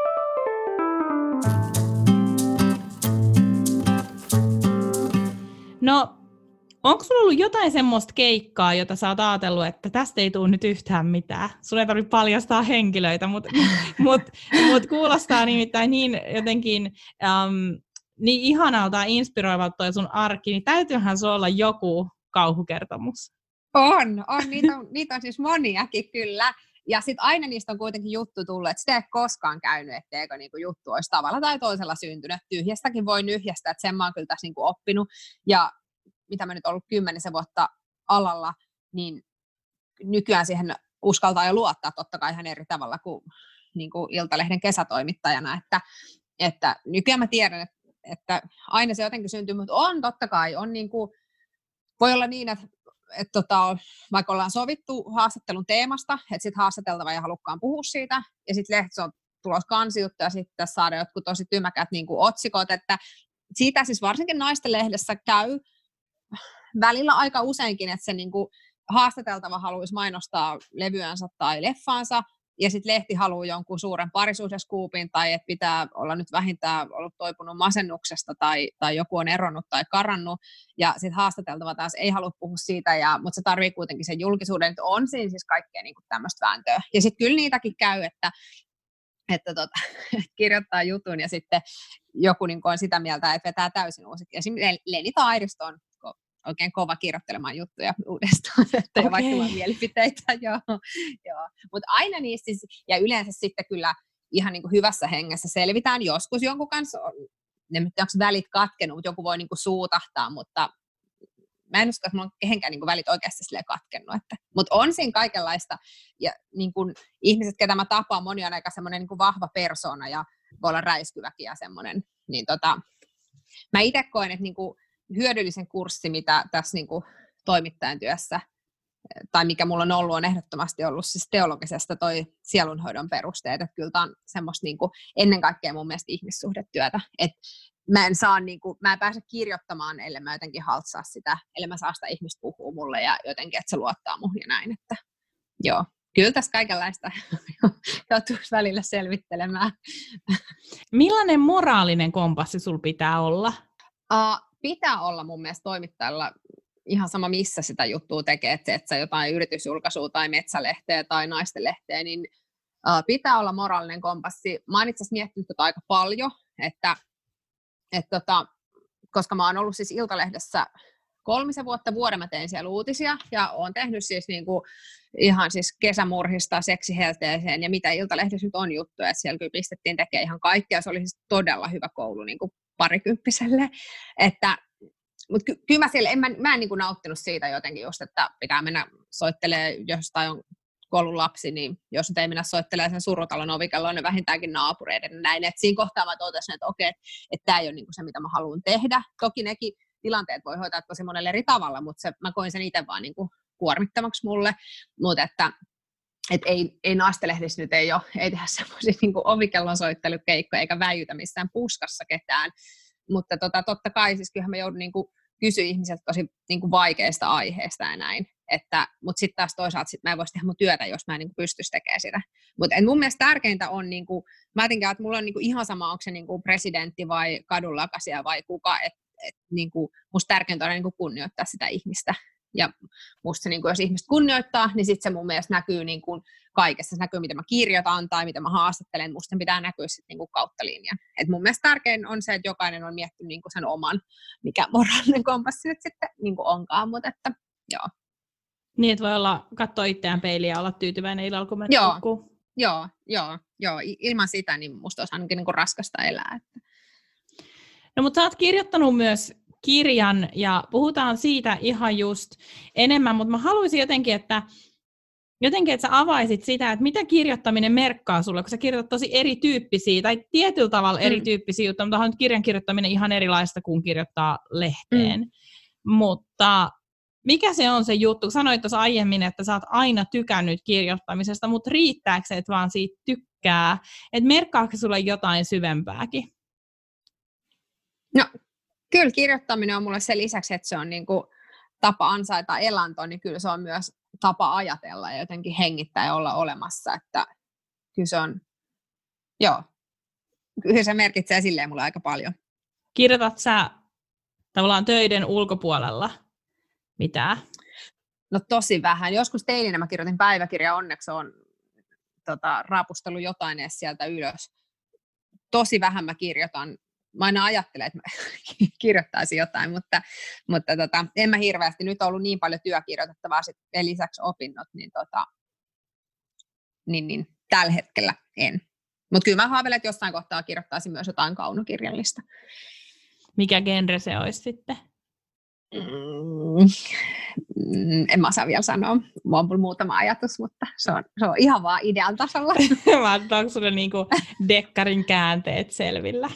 No, onko sulla ollut jotain semmoista keikkaa, jota sä oot ajatellut, että tästä ei tule nyt yhtään mitään? Sun ei tarvitse paljastaa henkilöitä, mutta kuulostaa nimittäin niin jotenkin niin ihanalta ja inspiroivalta toi sun arki, niin täytyyhän se olla joku kauhukertomus. On. Niitä on siis moniakin kyllä. Ja sitten aina niistä on kuitenkin juttu tullut, että sitä ei ole koskaan käynyt, etteikö niinku juttu olisi tavalla tai toisella syntynyt. Tyhjästäkin voi nyhjästä, että sen mä oon kyllä tässä niinku oppinut. Ja mitä mä nyt ollut 10 vuotta alalla, niin nykyään siihen uskaltaa jo luottaa totta kai ihan eri tavalla kuin niinku Iltalehden kesätoimittajana. Että nykyään mä tiedän, että aina se jotenkin syntyy, mutta on totta kai, on niinku, voi olla niin, että vaikka ollaan sovittu haastattelun teemasta, että sitten haastateltava ja halukkaan puhua siitä, ja sitten lehdessä on tulos kansijuttu, ja sitten saada jotkut tosi tymäkät niin kuin otsikot, että siitä siis varsinkin naisten lehdessä käy välillä aika useinkin, että se niin kuin haastateltava haluaisi mainostaa levyänsä tai leffaansa, ja sitten lehti haluaa jonkun suuren parisuhdeskuupin, tai että pitää olla nyt vähintään ollut toipunut masennuksesta, tai joku on eronnut tai karannut, ja sitten haastateltava taas ei halua puhua siitä, mutta se tarvii kuitenkin sen julkisuuden, että on siinä siis kaikkea niin tämmöistä vääntöä. Ja sitten kyllä niitäkin käy, että kirjoittaa jutun, ja sitten joku niin on sitä mieltä, että vetää täysin uusiksi. Esimerkiksi Leni Tairisto on oikein kova kirjoittelemaan juttuja uudestaan, että okay. Vaihtumaan mielipiteitä, joo. Mutta aina niistä siis, ja yleensä sitten kyllä ihan niin kuin hyvässä hengessä selvitään, joskus jonkun kanssa, onko välit katkenut, mutta joku voi niin kuin suutahtaa, mutta mä en usko, että mulla on kehenkään niin kuin välit oikeasti silleen katkennut. Mutta on siinä kaikenlaista, ja niin kuin ihmiset, ketä mä tapaan, moni on aika semmoinen niin kuin vahva persoona, ja voi olla räiskyväkin ja semmoinen, niin mä itse koen, että niin kuin hyödyllisen kurssi, mitä tässä niin kuin toimittajan työssä, tai mikä mulla on ollut, on ehdottomasti ollut siis teologisesta toi sielunhoidon perusteet, että kyllä tämä on semmoista niin kuin ennen kaikkea mun mielestä ihmissuhdetyötä, että mä en pääse kirjoittamaan, ellei mä jotenkin haltsaa sitä, ellei mä saa sitä ihmistä puhua mulle ja jotenkin, että se luottaa muhun ja näin, että joo, kyllä tässä kaikenlaista joutuisi välillä selvittelemään. Millainen moraalinen kompassi sulla pitää olla? Pitää olla mun mielestä toimittajalla ihan sama missä sitä juttua tekee, että sä jotain yritysjulkaisua tai metsälehteä tai naistenlehteä, niin pitää olla moraalinen kompassi. Mä oon itse asiassa miettinyt tätä aika paljon, että koska mä oon ollut siis Iltalehdessä 3 vuoden mä tein siellä uutisia ja oon tehnyt siis niinku ihan siis kesämurhista seksihelteeseen ja mitä Iltalehdessä nyt on juttuja, että siellä kyllä pistettiin tekemään ihan kaikkea. Se oli siis todella hyvä koulu niinku parikymppiselle, mutta kyllä mä siellä, mä en niin kuin nauttinut siitä jotenkin just, että pitää mennä soittelemaan, jos tai on koulun lapsi, niin jos nyt ei mennä soittelemaan sen Surutalon ovikelloon, niin vähintäänkin naapureiden ja näin. Et siinä kohtaa mä totesin, että okei, että tämä ei ole niin kuin se, mitä mä haluan tehdä. Toki nekin tilanteet voi hoitaa tosi monelle eri tavalla, mutta mä koin sen itse vaan niin kuin kuormittavaksi mulle. Mutta että ei naistenlehdissä nyt ei tehdä semmoisia niin kuin ovikellon soittelukeikkoja eikä väijytä missään puskassa ketään. Mutta totta kai siis kyllähän mä joudun niin kuin kysyä ihmiseltä tosi niin kuin vaikeista aiheista ja näin. Mutta sitten taas toisaalta mä en voisi tehdä mun työtä, jos mä en niin kuin pystyisi tekemään sitä. Mutta mun mielestä tärkeintä on, niin kuin, mä ajattelin, että mulla on niin kuin ihan sama, onko se niin kuin presidentti vai kadunlakaisija vai kuka. Niin kuin, musta tärkeintä on niin kuin kunnioittaa sitä ihmistä. Ja musta se, niin kuin, jos ihmiset kunnioittaa, niin sitten se mun mielestä näkyy niin kuin kaikessa. Se näkyy, miten mä kirjoitan tai miten mä haastattelen. Musta pitää näkyä sitten niin kuin kautta linjan. Et mun mielestä tärkein on se, että jokainen on miettinyt niin kuin sen oman, mikä moraalinen kompassi nyt sitten niin kuin onkaan. Mutta että, joo. Niin, että voi katsoa itseään peiliä ja olla tyytyväinen illalla, kun menee nukkuu. Joo. Ilman sitä niin musta olisi ainakin niin kuin raskasta elää. Että. No, mutta sä oot kirjoittanut myös kirjan ja puhutaan siitä ihan just enemmän, mutta mä haluaisin jotenkin, että sä avaisit sitä, että mitä kirjoittaminen merkkaa sulle, kun sä kirjoitat tosi erityyppisiä tai tietyllä tavalla erityyppisiä juttuja, mutta on kirjan kirjoittaminen ihan erilaista kuin kirjoittaa lehteen. Mutta mikä se on se juttu? Kun sanoit tuossa aiemmin, että sä oot aina tykännyt kirjoittamisesta, mutta riittääkö se, että vaan siitä tykkää? Että merkkaako sulle jotain syvempääkin? No, kyllä kirjoittaminen on mulle sen lisäksi, että se on niin kuin tapa ansaita elanto, niin kyllä se on myös tapa ajatella ja jotenkin hengittää ja olla olemassa, että kyllä se on, kyllä se merkitsee silleen mulle aika paljon. Kirjoitat sä tavallaan töiden ulkopuolella mitään? No tosi vähän. Joskus teininä mä kirjoitin päiväkirjaa, onneksi on raapustellut jotain edes sieltä ylös. Tosi vähän mä kirjoitan. Mä aina ajattelen, että mä kirjoittaisin jotain, mutta en mä hirveästi. Nyt on ollut niin paljon työkirjoitettavaa sitten lisäksi opinnot, niin tällä hetkellä en. Mutta kyllä mä haaveilen, että jossain kohtaa kirjoittaisin myös jotain kaunokirjallista. Mikä genre se olisi sitten? En mä osaa vielä sanoa. Mulla on muutama ajatus, mutta se on ihan vaan idean tasolla. Mä ajattelin, onko sulle niinku dekkarin käänteet selvillä?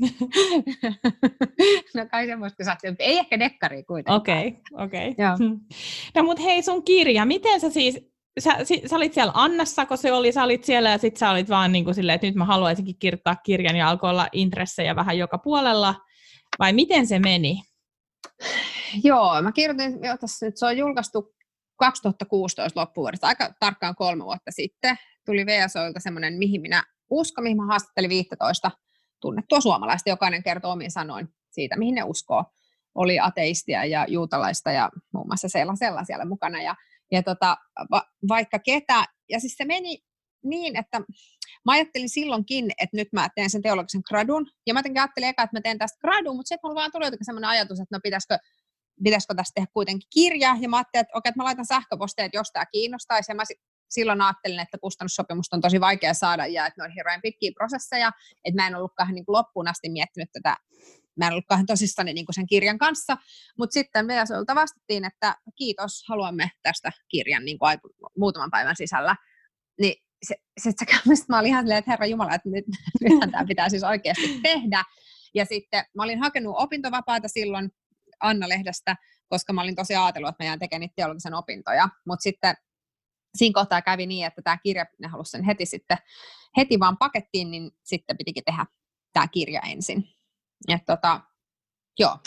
No kai semmoista, kun sä ei ehkä dekkaria kuitenkaan. Okei. No mut hei, sun kirja, miten sä siis, sä olit siellä Annassa, kun se oli, sä olit siellä ja sit sä olit vaan niin kuin silleen, että nyt mä haluaisinkin kirjoittaa kirjan ja alkoi olla intressejä vähän joka puolella, vai miten se meni? Joo, mä kirjoitin, nyt se on julkaistu 2016 loppuvuodesta, aika tarkkaan 3 vuotta sitten. Tuli VSOilta semmoinen, mihin minä uskon, mihin mä haastattelin 15 tunnettua suomalaista. Jokainen kertoo omin sanoin siitä, mihin ne uskoo. Oli ateistia ja juutalaista ja muun muassa sellaisella siellä mukana. Ja vaikka ketä, ja siis se meni niin, että mä ajattelin silloinkin, että nyt mä teen sen teologisen gradun, ja mä ajattelin eka, että mä teen tästä gradun, mutta sitten mulla vaan tuli jotenkin semmoinen ajatus, että no pitäisikö tästä tehdä kuitenkin kirja, ja mä ajattelin, että okei, että mä laitan sähköpostia, että jos tämä kiinnostaisi, ja mä silloin ajattelin, että kustannussopimusta on tosi vaikea saada, ja että ne on hirveän pitkiä prosesseja, että mä en ollutkaan niin kuin loppuun asti miettinyt tätä mä en ollut kauhean tosissani niin kuin sen kirjan kanssa, mutta sitten VSOlta vastattiin, että kiitos, haluamme tästä kirjan niin kuin muutaman päivän sisällä. Niin mä olin ihan silleen, että herra Jumala, että nythän tämä pitää siis oikeasti tehdä. Ja sitten mä olin hakenut opintovapaata silloin Anna-lehdestä, koska mä olin tosiaan ajatellut, että mä jään tekemään niitä teologisen opintoja. Mutta sitten siinä kohtaa kävi niin, että tämä kirja, ne halusi sen heti vaan pakettiin, niin sitten pitikin tehdä tämä kirja ensin. Että joo.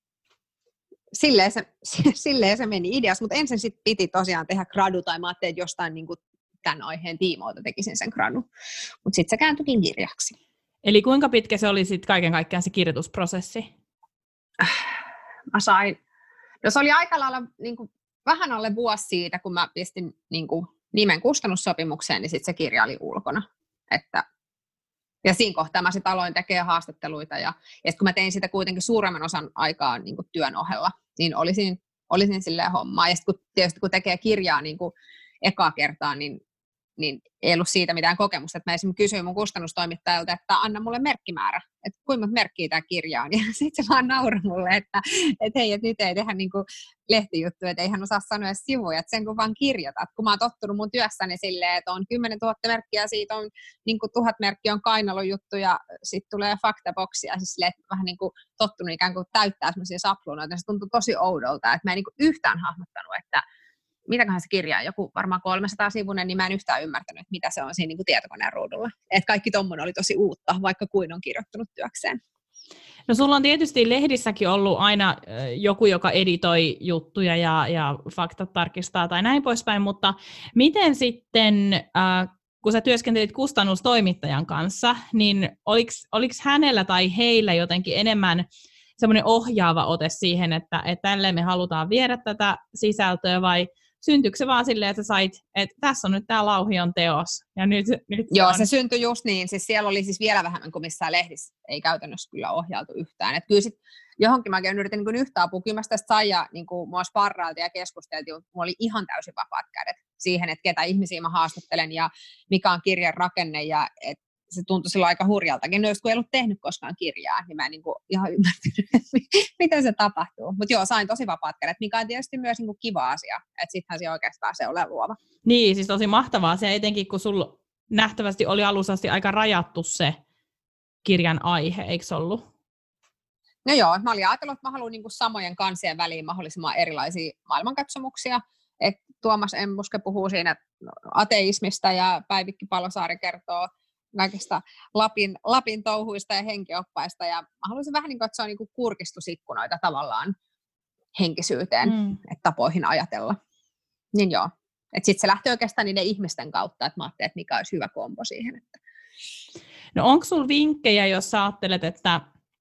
Silleen se meni ideassa, mutta ensin sitten piti tosiaan tehdä gradu, tai mä ajattelin, että jostain niin kuin tämän aiheen tiimoilta tekisin sen gradu. Mutta sitten se kääntyikin kirjaksi. Eli kuinka pitkä se oli sitten kaiken kaikkiaan se kirjoitusprosessi? Se oli aika lailla niin kuin, vähän alle vuosi siitä, kun mä pistin niin kuin, nimen kustannussopimukseen, niin sitten se kirja oli ulkona. Ja siinä kohtaa mä sitten aloin tekemään haastatteluita, ja sitten kun mä tein sitä kuitenkin suuremman osan aikaa niin kuin työn ohella, niin olisin silleen hommaa. Ja sitten tietysti kun tekee kirjaa niin kuin ekaa kertaa, niin ei ollut siitä mitään kokemusta. Että mä esimerkiksi kysyin mun kustannustoimittajalta, että anna mulle merkkimäärä, että kuinka monta merkkiä tämä kirja on. Ja sitten se vaan nauroi mulle, että hei, että nyt ei tehdä niin kuin lehtijuttuja, että eihän osaa sanoa edes sivuja, että sen kun vaan kirjoitat. Kun mä oon tottunut mun työssäni silleen, että on 10 000 merkkiä, siitä on niin kuin 1000 merkkiä on kainalojuttu ja sitten tulee faktaboksia. Siis silleen, että vähän niin kuin tottunut ikään kuin täyttää sellaisia sapluunoita. Se tuntui tosi oudolta, että mä en niin kuin yhtään hahmottanut, että mitäköhän se kirja on, joku varmaan 300-sivuinen, niin mä en yhtään ymmärtänyt, että mitä se on siinä niin kuin tietokoneen ruudulla. Että kaikki tommoinen oli tosi uutta, vaikka kuin on kirjoittanut työkseen. No sulla on tietysti lehdissäkin ollut aina joku, joka editoi juttuja ja faktat tarkistaa tai näin poispäin, mutta miten sitten, kun sä työskentelit kustannustoimittajan kanssa, niin oliko hänellä tai heillä jotenkin enemmän semmoinen ohjaava ote siihen, että tälleen me halutaan viedä tätä sisältöä, vai syntyykö se vaan silleen, että sä sait, että tässä on nyt tämä Lauhion teos. Ja nyt joo, se syntyi just niin. Siis siellä oli siis vielä vähemmän kuin missään lehdissä. Ei käytännössä kyllä ohjautu yhtään. Et kyllä sit johonkin mä yritin niin yhtä apua. Kyllä mä sitä Saija niin mua sparrailtiin ja keskusteltiin, mutta mulla oli ihan täysin vapaat kädet siihen, että ketä ihmisiä mä haastattelen ja mikä on kirjan rakenne. Ja se tuntui silloin aika hurjaltakin. No jos kun ei ollut tehnyt koskaan kirjaa, niin mä en niin kuin ihan ymmärtänyt, miten se tapahtuu. Mutta joo, sain tosi vapaat kädet, mikä on tietysti myös niin kuin kiva asia. Että sittenhän se oikeastaan se ole luova. Niin, siis tosi mahtavaa se, etenkin kun sulla nähtävästi oli alussa asti aika rajattu se kirjan aihe, eikö ollut? No joo, mä olin ajatellut, että mä haluan niin kuin samojen kansien väliin mahdollisimman erilaisia maailmankatsomuksia. Et Tuomas Embuske puhuu siinä ateismista ja Päivikki Palosaari kertoo kaikista Lapin touhuista ja henkioppaista. Ja mä haluaisin vähän niin kuin, että se on niin kuin kurkistusikkunoita tavallaan henkisyyteen, että tapoihin ajatella. Niin joo. Että sitten se lähti oikeastaan niiden ihmisten kautta, että mä ajattelin, että mikä olisi hyvä kombo siihen. Että. No onko sulla vinkkejä, jos sä ajattelet, että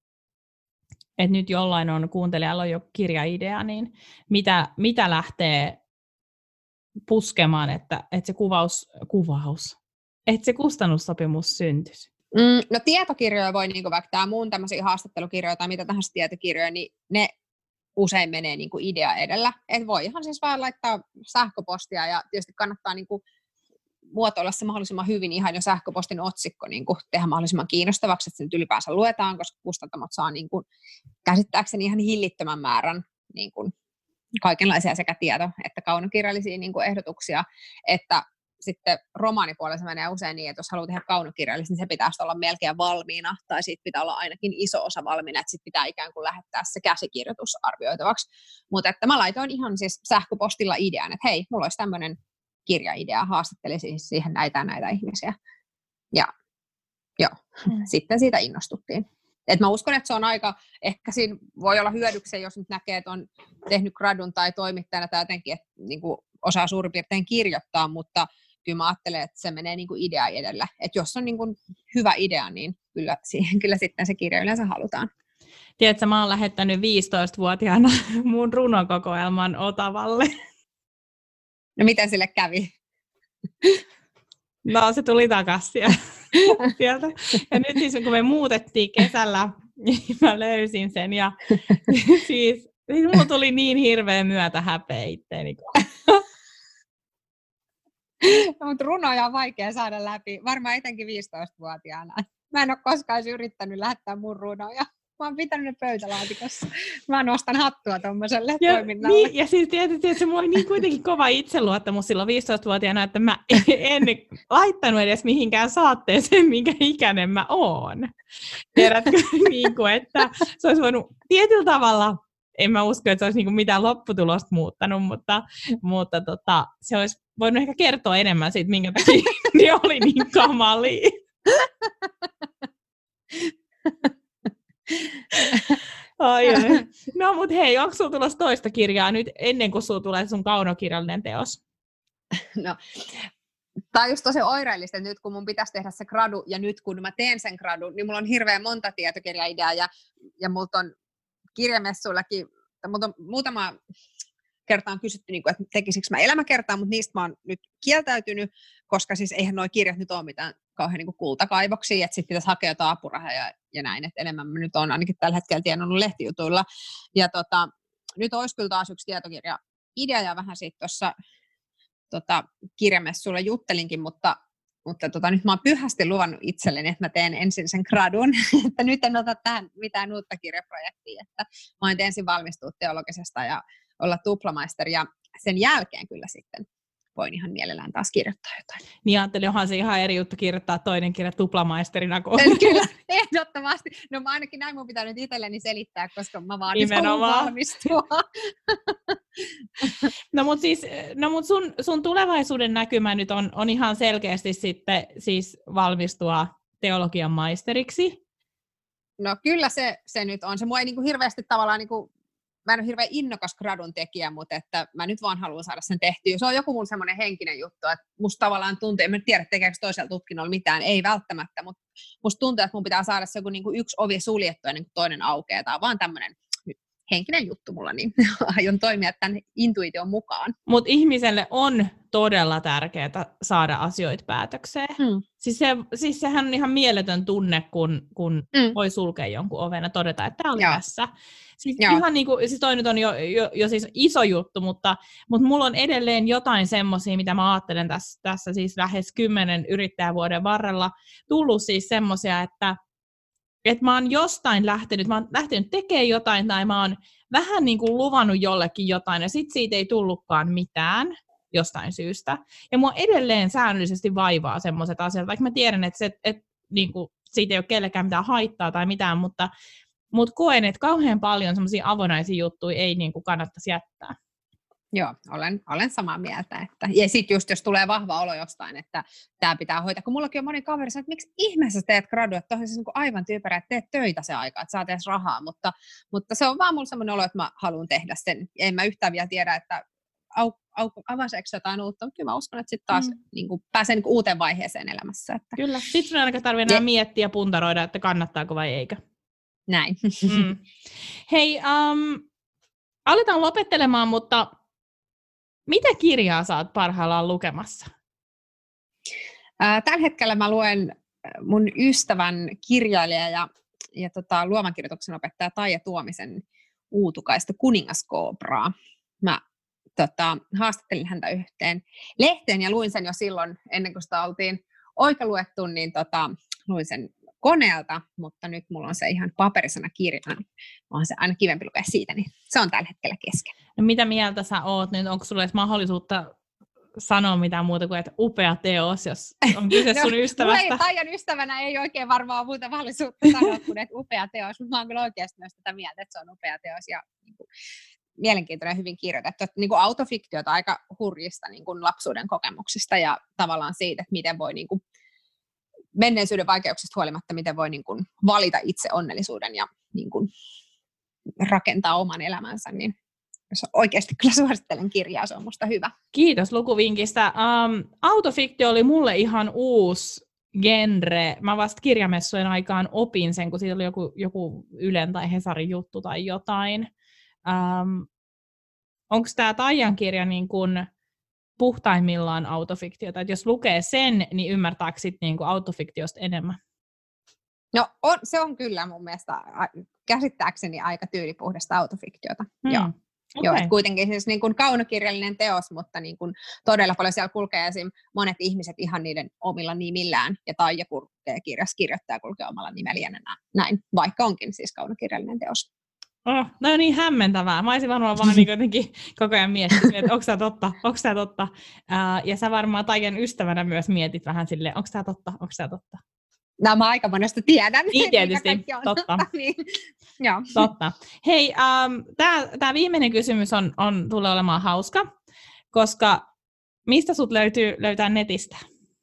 nyt jollain on kuuntelijalla on jo kirjaidea, niin mitä lähtee puskemaan, että se kuvaus, että se kustannussopimus syntyisi? No tietokirjoja voi, niin kuin vaikka tämä muun tämmöisiä haastattelukirjoja tai mitä tahansa tietokirjoja, niin ne usein menee niin kuin idea edellä. Et voi ihan siis vaan laittaa sähköpostia ja tietysti kannattaa niin kuin muotoilla se mahdollisimman hyvin ihan jo sähköpostin otsikko niin kuin tehdä mahdollisimman kiinnostavaksi, että se nyt ylipäänsä luetaan, koska kustantamot saa niin kuin käsittääkseni ihan hillittömän määrän niin kuin kaikenlaisia sekä tieto- että kaunokirjallisia niin kuin ehdotuksia, että sitten romaanipuolella se menee usein niin, että jos haluaa tehdä kaunokirjallista, niin se pitäisi olla melkein valmiina, tai siitä pitää olla ainakin iso osa valmiina, että sitten pitää ikään kuin lähettää se käsikirjoitus arvioitavaksi. Mutta että mä laitoin ihan siis sähköpostilla idean, että hei, mulla olisi tämmöinen kirjaidea, haastattelisin siihen näitä ihmisiä. Ja joo, sitten siitä innostuttiin. Et mä uskon, että se on aika, ehkä siinä voi olla hyödyksi, jos nyt näkee, että on tehnyt gradun tai toimittajana tai jotenkin, että niin kuin osaa suurin piirtein kirjoittaa, mutta kyllä mä ajattelen, että se menee niin kuin idea edellä. Että jos on niin kuin hyvä idea, niin kyllä sitten se kirja yleensä halutaan. Tiedätkö, mä oon lähettänyt 15-vuotiaana mun runokokoelman Otavalle. No miten sille kävi? No se tuli takaisin sieltä. Ja nyt siis kun me muutettiin kesällä, niin mä löysin sen. Ja siis mulla tuli niin hirveä häpeä itteeni. No, mutta runoja on vaikea saada läpi, varmaan etenkin 15-vuotiaana. Mä en ole koskaan yrittänyt lähettää mun runoja. Mä oon pitänyt ne pöytälaatikossa. Mä nostan hattua tommoselle toiminnalle. Niin, ja siis tietysti, että se mulla oli niin kuitenkin kova itseluottamus silloin 15-vuotiaana, että mä en laittanut edes mihinkään saatteeseen, minkä ikäinen mä oon. Tiedätkö, niin kuin, että se olisi voinut tietyllä tavalla, en mä usko, että se olisi niin kuin mitään lopputulosta muuttanut, mutta se olisi voinut ehkä kertoa enemmän siitä, minkä takia ne oli niin kamalia. Ai. No mut hei, onko sulla tulossa toista kirjaa nyt ennen kuin sulla tulee sun kaunokirjallinen teos? No, tää on just tosi oireellista, että nyt kun mun pitäisi tehdä se gradu ja nyt kun mä teen sen gradun, niin mulla on hirveän monta tietokirjaideaa ja multa on kirjamessuillakin, multa on muutama kertaan kysytty, että tekisikö mä elämäkertaa, mutta niistä mä oon nyt kieltäytynyt, koska siis eihän nuo kirjat nyt ole mitään kauhean kultakaivoksia, että sitten pitäisi hakea jotain apurahaa ja näin, että enemmän mä nyt on ainakin tällä hetkellä tiennyt lehtijutuilla. Ja nyt olisi kyllä taas yksi tietokirja-idea ja vähän siitä tuossa kirjamessuilla juttelinkin, mutta nyt mä oon pyhästi luvannut itselleni, että mä teen ensin sen gradun, että nyt en ota tähän mitään uutta kirjaprojektia, että mä oon ensin valmistua teologisesta ja olla tuplamaisteri ja sen jälkeen kyllä sitten voin ihan mielellään taas kirjoittaa jotain. Niin ajattelin, onhan se ihan eri juttu kirjoittaa toinen kirja tuplamaisterina kuin... Kyllä, ehdottomasti. No mä ainakin näin mun pitää nyt itselleni selittää, koska mä vaan nyt haluan valmistua. No mut sun tulevaisuuden näkymä nyt on ihan selkeästi sitten siis valmistua teologian maisteriksi. No kyllä se nyt on. Se mua ei niinku hirveästi tavallaan... Mä en ole hirveän innokas gradun tekijä, mutta että mä nyt vaan haluan saada sen tehtyä. Se on joku mun semmoinen henkinen juttu, että musta tavallaan tuntuu, en mä tiedä tekeekö toisella tutkinnolla mitään, ei välttämättä, mutta musta tuntuu, että mun pitää saada se joku niin kuin yksi ovi suljettu ennen kuin toinen aukeaa. Tämä on vaan tämmöinen henkinen juttu mulla, niin aion toimia tämän intuition mukaan. Mutta ihmiselle on todella tärkeää saada asioita päätökseen. Siis sehän on ihan mieletön tunne, kun voi sulkea jonkun oven ja todeta, että tämä oli tässä. Siis ihan niin kuin, siis toi nyt on jo siis iso juttu, mutta mulla on edelleen jotain semmoisia, mitä mä ajattelen tässä siis lähes 10 yrittäjävuoden varrella tullut siis semmoisia, että mä oon jostain lähtenyt tekemään jotain, tai mä oon vähän niin kuin luvannut jollekin jotain, ja sit siitä ei tullutkaan mitään jostain syystä. Ja mua edelleen säännöllisesti vaivaa semmoiset asiat, vaikka mä tiedän, että niin kuin, siitä ei ole kellekään mitään haittaa tai mitään, mutta koen, että kauhean paljon semmoisia avonaisia juttuja ei niin kuin kannattaisi jättää. Joo, olen samaa mieltä. Ja sitten just jos tulee vahva olo jostain, että tämä pitää hoitaa, kun mullakin on moni kaveri sanoo, että miksi ihmeessä teet gradua, että on se niin kuin aivan typerä, että teet töitä se aika, että saat edes rahaa, mutta se on vaan mulla semmoinen olo, että mä haluan tehdä sen. En mä yhtään vielä tiedä, että avaseeko jotain uutta, mutta kyllä mä uskon, että sitten taas niin kuin pääsee niin kuin uuteen vaiheeseen elämässä. Että... Kyllä, sitten sun ei ainakaan tarvitse enää miettiä ja puntaroida, että kannattaako vai eikö. Näin. Hei, aletaan lopettelemaan, mutta mitä kirjaa sä oot parhaillaan lukemassa? Tällä hetkellä mä luen mun ystävän kirjailija ja luovan kirjoituksen opettaja Taija Tuomisen Uutukaista kuningaskoobraa. Mä haastattelin häntä yhteen lehteen ja luin sen jo silloin, ennen kuin sitä oltiin oikaluettu, niin luin sen koneelta, mutta nyt mulla on se ihan paperisena kirjana, niin on se aina kivempi lukea siitä, niin se on tällä hetkellä kesken. No mitä mieltä sä oot nyt? Onko sulla edes mahdollisuutta sanoa mitään muuta kuin, että upea teos, jos on kyse sun ystävästä? Taijan ystävänä ei oikein varmaan muuta mahdollisuutta sanoa kuin, että upea teos, mutta mä oon kyllä oikeasti myös tätä mieltä, että se on upea teos ja niin kuin, mielenkiintoinen hyvin kirjoitettu. Että, niin kuin autofiktiota aika hurjista niin kuin lapsuuden kokemuksista ja tavallaan siitä, että miten voi niin kuin, menneisyyden vaikeuksista huolimatta, miten voi niin kuin valita itse onnellisuuden ja niin kuin rakentaa oman elämänsä, niin jos oikeasti kyllä suosittelen kirjaa, se on musta hyvä. Kiitos lukuvinkistä. Autofiktio oli mulle ihan uusi genre. Mä vasta kirjamessujen aikaan opin sen, kun siitä oli joku Ylen tai Hesarin juttu tai jotain. Onko tämä Taijan kirja niin kuin puhtaimmillaan autofiktiota, että jos lukee sen, niin ymmärtääkö sitten niinku autofiktiosta enemmän? No se on kyllä mun mielestä käsittääkseni aika tyylipuhdasta autofiktiota. Joo. Okay. Joo, kuitenkin siis niin kuin kaunokirjallinen teos, mutta niin kuin todella paljon siellä kulkee esim. Monet ihmiset ihan niiden omilla nimillään, ja Taija kirjassa kirjoittaa kulkee omalla nimellä ja näin, vaikka onkin siis kaunokirjallinen teos. No on niin hämmentävää. Mä olisin varmaan vaan niin jotenkin koko ajan miettinyt, että onko tämä totta. Ja sä varmaan Taijan ystävänä myös mietit vähän silleen, onko tämä totta. No mä aika monesta tiedän. Niin tietysti, totta. Niin. Joo. Totta. Hei, tämä viimeinen kysymys tulee olemaan hauska, koska mistä sut löytää netistä?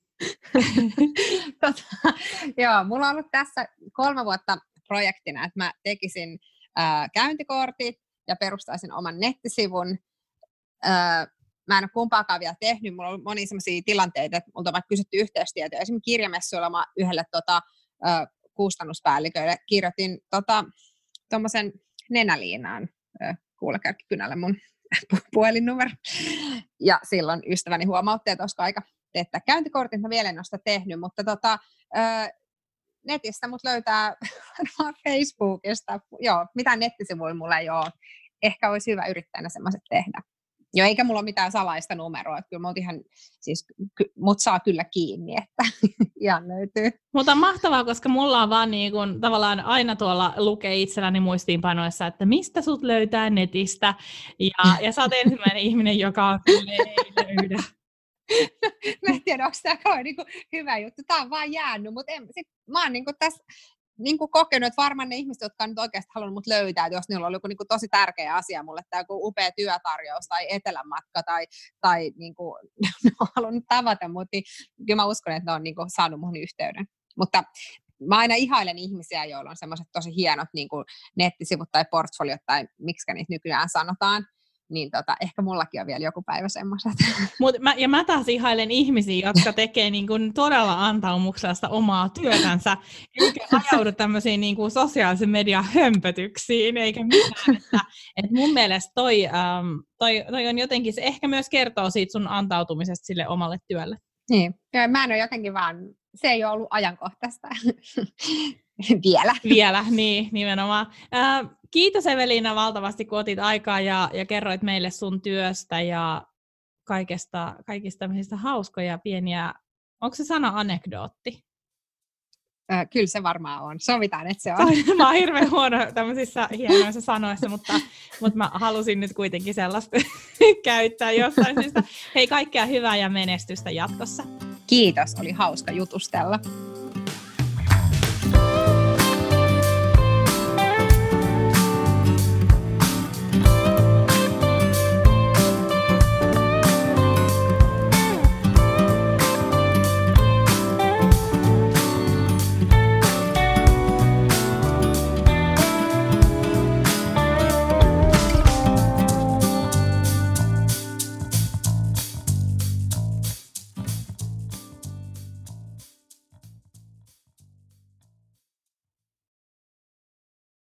Joo, mulla on ollut tässä 3 vuotta projektina, että mä tekisin käyntikortit ja perustaisin oman nettisivun. Mä en ole kumpaakaan vielä tehnyt. Mulla on ollut monia sellaisia tilanteita, että multa on vaikka kysytty yhteystietoja. Esimerkiksi kirjamessuilla mä yhdelle kustannuspäälliköille kirjoitin tuommoisen nenäliinaan kuulekärkikynälle mun puhelinnumero. Ja silloin ystäväni huomautti, että olisiko aika teettää käyntikortit. Mä vielä en ole sitä tehnyt, mutta netistä mut löytää varmaan Facebookista. Joo, mitään nettisivuja mulla ei ole. Ehkä olisi hyvä yrittäjänä semmoiset tehdä. Joo, eikä mulla ole mitään salaista numeroa. Että kyllä mut saa kyllä kiinni, että ihan löytyy. Mutta on mahtavaa, koska mulla on vaan niin kun, tavallaan aina tuolla lukee itselläni muistiinpanoissa, että mistä sut löytää netistä. Ja sä oot ensimmäinen ihminen, joka ei löydä. Mä en tiedä, onko tämä niinku hyvä juttu. Tämä on vaan jäänyt, mutta mä oon niinku tässä niinku kokenut, että varmaan ne ihmiset, jotka on nyt oikeasti halunnut mut löytää, että jos niillä on joku niinku tosi tärkeä asia mulle, tai joku upea työtarjous tai etelänmatka, tai niinku, ne on halunnut tavata mut, niin kyllä mä uskon, että ne on niinku saanut muhun yhteyden. Mutta mä aina ihailen ihmisiä, joilla on semmoiset tosi hienot niinku nettisivut tai portfoliot, tai miksikä niitä nykyään sanotaan. Niin ehkä mullakin on vielä joku päivä semmoiset. Mä taas ihailen ihmisiä, jotka tekee niin kuin todella antaumuksesta omaa työtänsä, eikä ajaudu tämmöisiin niin kuin sosiaalisen median hömpötyksiin, eikä mitään. Että mun mielestä toi on jotenkin, se ehkä myös kertoo siitä sun antautumisesta sille omalle työlle. Niin, ja mä en ole jotenkin vaan, se ei ole ollut ajankohtaista Vielä, niin nimenomaan. Kiitos Eveliina valtavasti, kun otit aikaa ja kerroit meille sun työstä ja kaikista tämmöisistä hauskoja pieniä, onko se sana anekdootti? Kyllä se varmaan on. Sovitaan, että se on. Mä oon hirveän huono tämmöisissä hienoissa sanoissa, mutta mä halusin nyt kuitenkin sellaista käyttää jostain syystä. Hei, kaikkea hyvää ja menestystä jatkossa. Kiitos, oli hauska jutustella.